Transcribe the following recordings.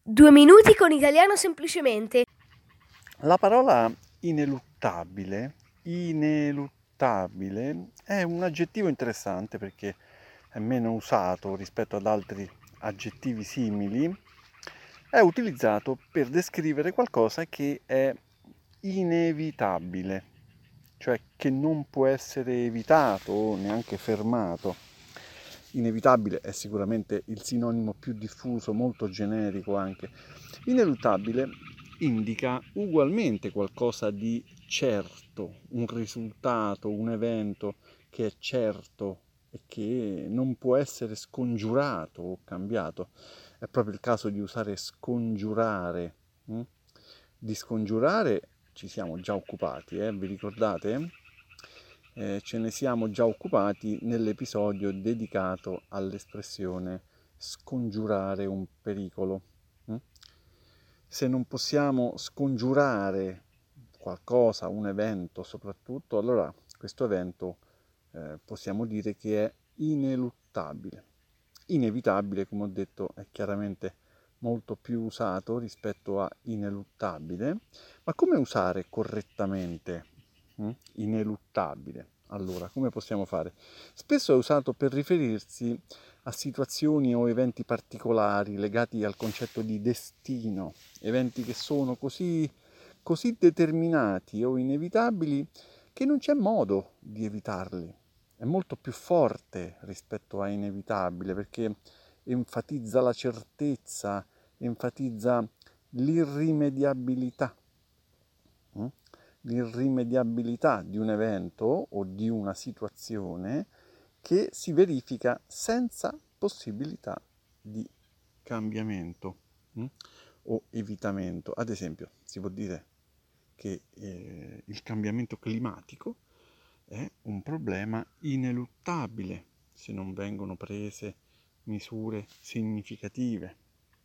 2 minuti con Italiano semplicemente. La parola ineluttabile è un aggettivo interessante perché è meno usato rispetto ad altri aggettivi simili. È utilizzato per descrivere qualcosa che è inevitabile, cioè che non può essere evitato o neanche fermato. Inevitabile è sicuramente il sinonimo più diffuso, molto generico anche. Ineluttabile indica ugualmente qualcosa di certo, un risultato, un evento che è certo e che non può essere scongiurato o cambiato. È proprio il caso di usare scongiurare. Di scongiurare ci siamo già occupati, vi ricordate? Ce ne siamo già occupati nell'episodio dedicato all'espressione scongiurare un pericolo. Se non possiamo scongiurare qualcosa, un evento soprattutto, allora questo evento possiamo dire che è ineluttabile. Inevitabile, come ho detto, è chiaramente molto più usato rispetto a ineluttabile, ma come usare correttamente ineluttabile? Allora, come possiamo fare? Spesso è usato per riferirsi a situazioni o eventi particolari legati al concetto di destino, eventi che sono così determinati o inevitabili che non c'è modo di evitarli. È molto più forte rispetto a inevitabile perché enfatizza la certezza, enfatizza l'irrimediabilità. L'irrimediabilità di un evento o di una situazione che si verifica senza possibilità di cambiamento o evitamento. Ad esempio, si può dire che il cambiamento climatico è un problema ineluttabile se non vengono prese misure significative.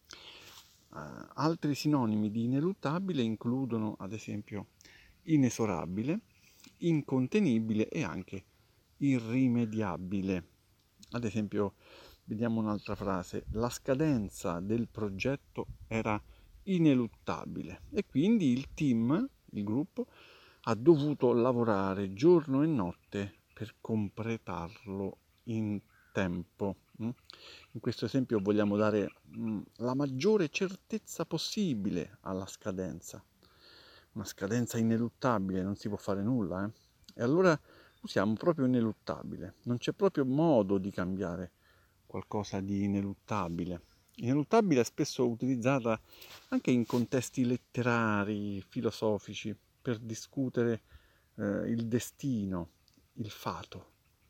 Altri sinonimi di ineluttabile includono, ad esempio, inesorabile, incontenibile e anche irrimediabile. Ad esempio, vediamo un'altra frase: la scadenza del progetto era ineluttabile e quindi il team, il gruppo, ha dovuto lavorare giorno e notte per completarlo in tempo. In questo esempio vogliamo dare la maggiore certezza possibile alla scadenza. Una scadenza ineluttabile, non si può fare nulla. E allora usiamo proprio ineluttabile. Non c'è proprio modo di cambiare qualcosa di ineluttabile. Ineluttabile è spesso utilizzata anche in contesti letterari, filosofici, per discutere il destino, il fato,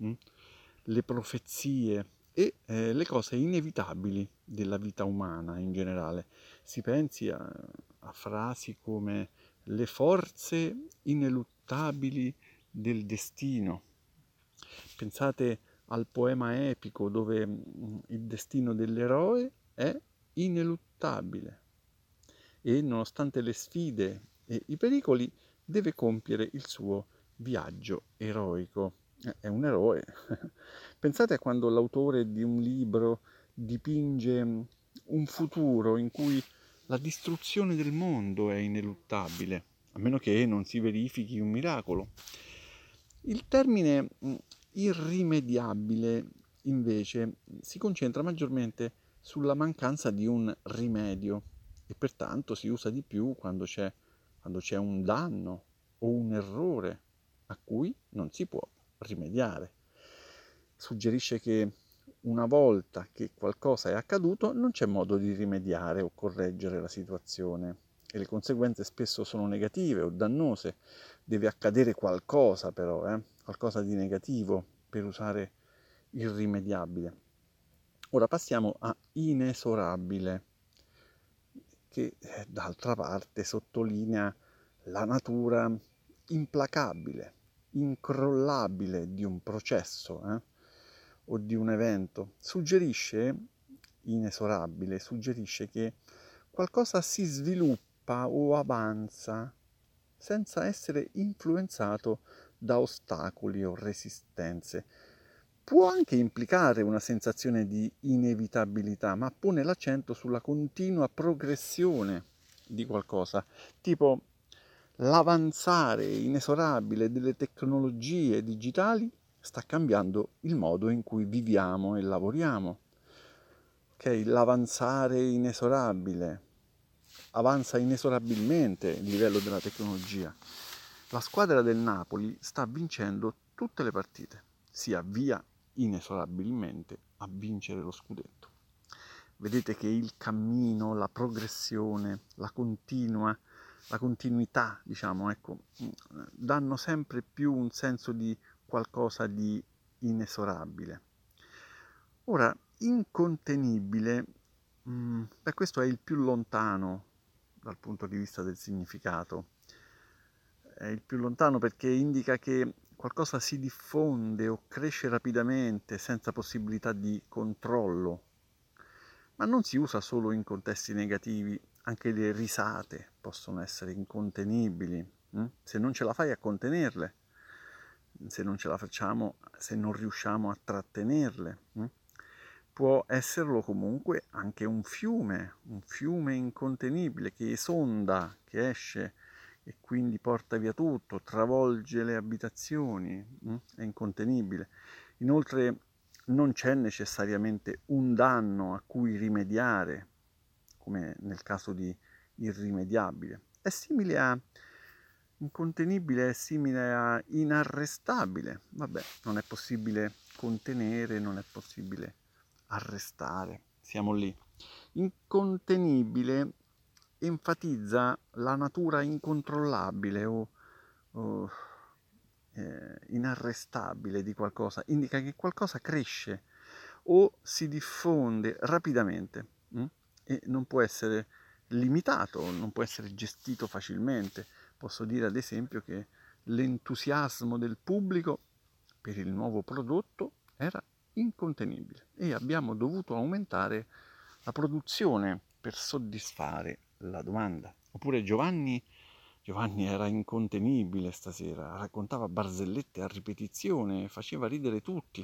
le profezie e le cose inevitabili della vita umana in generale. Si pensi a frasi come le forze ineluttabili del destino. Pensate al poema epico dove il destino dell'eroe è ineluttabile e nonostante le sfide e i pericoli deve compiere il suo viaggio eroico. È un eroe. Pensate a quando l'autore di un libro dipinge un futuro in cui la distruzione del mondo è ineluttabile, a meno che non si verifichi un miracolo. Il termine irrimediabile, invece, si concentra maggiormente sulla mancanza di un rimedio e pertanto si usa di più quando c'è un danno o un errore a cui non si può rimediare. Suggerisce che una volta che qualcosa è accaduto non c'è modo di rimediare o correggere la situazione e le conseguenze spesso sono negative o dannose. Deve accadere qualcosa però, qualcosa di negativo per usare irrimediabile. Ora passiamo a inesorabile, che d'altra parte sottolinea la natura implacabile, incrollabile di un processo o di un evento. Suggerisce che qualcosa si sviluppa o avanza senza essere influenzato da ostacoli o resistenze. può anche implicare una sensazione di inevitabilità, ma pone l'accento sulla continua progressione di qualcosa, tipo l'avanzare inesorabile delle tecnologie digitali sta cambiando il modo in cui viviamo e lavoriamo. Ok, l'avanzare inesorabile, avanza inesorabilmente il livello della tecnologia. La squadra del Napoli sta vincendo tutte le partite, si avvia inesorabilmente a vincere lo scudetto. Vedete che il cammino, la progressione, la continuità, diciamo, ecco, danno sempre più un senso di qualcosa di inesorabile. Ora, incontenibile, questo è il più lontano dal punto di vista del significato. È il più lontano perché indica che qualcosa si diffonde o cresce rapidamente senza possibilità di controllo. Ma non si usa solo in contesti negativi, anche le risate possono essere incontenibili. Se non ce la fai a contenerle, se non ce la facciamo, se non riusciamo a trattenerle. Può esserlo comunque anche un fiume incontenibile che esonda, che esce e quindi porta via tutto, travolge le abitazioni, è incontenibile. Inoltre non c'è necessariamente un danno a cui rimediare, come nel caso di irrimediabile. È simile a incontenibile, è simile a inarrestabile. Vabbè, non è possibile contenere, non è possibile arrestare. Siamo lì. Incontenibile enfatizza la natura incontrollabile o inarrestabile di qualcosa, indica che qualcosa cresce o si diffonde rapidamente e non può essere limitato, non può essere gestito facilmente. Posso dire ad esempio che l'entusiasmo del pubblico per il nuovo prodotto era incontenibile e abbiamo dovuto aumentare la produzione per soddisfare la domanda. Oppure Giovanni era incontenibile stasera, raccontava barzellette a ripetizione, faceva ridere tutti.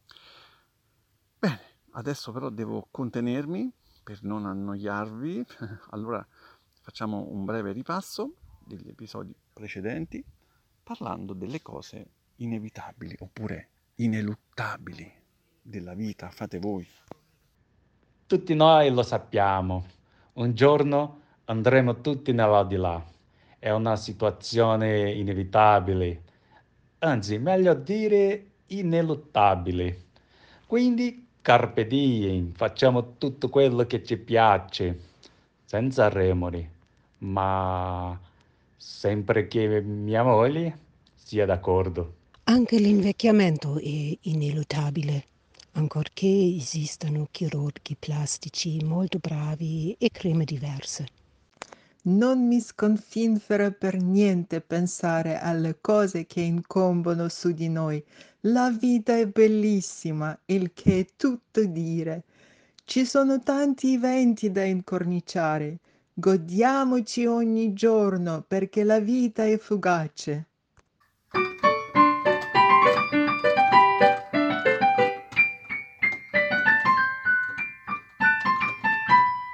Bene, adesso però devo contenermi per non annoiarvi, allora facciamo un breve ripasso degli episodi precedenti parlando delle cose inevitabili oppure ineluttabili della vita, fate voi. Tutti noi lo sappiamo. Un giorno andremo tutti nell'aldilà. È una situazione inevitabile, anzi, meglio dire ineluttabile. Quindi, carpe diem, facciamo tutto quello che ci piace, senza remori, ma sempre che mia moglie sia d'accordo. Anche l'invecchiamento è ineluttabile, ancorché esistano chirurghi plastici molto bravi e creme diverse. Non mi sconfinfera per niente pensare alle cose che incombono su di noi. La vita è bellissima, il che è tutto dire. Ci sono tanti eventi da incorniciare. Godiamoci ogni giorno perché la vita è fugace.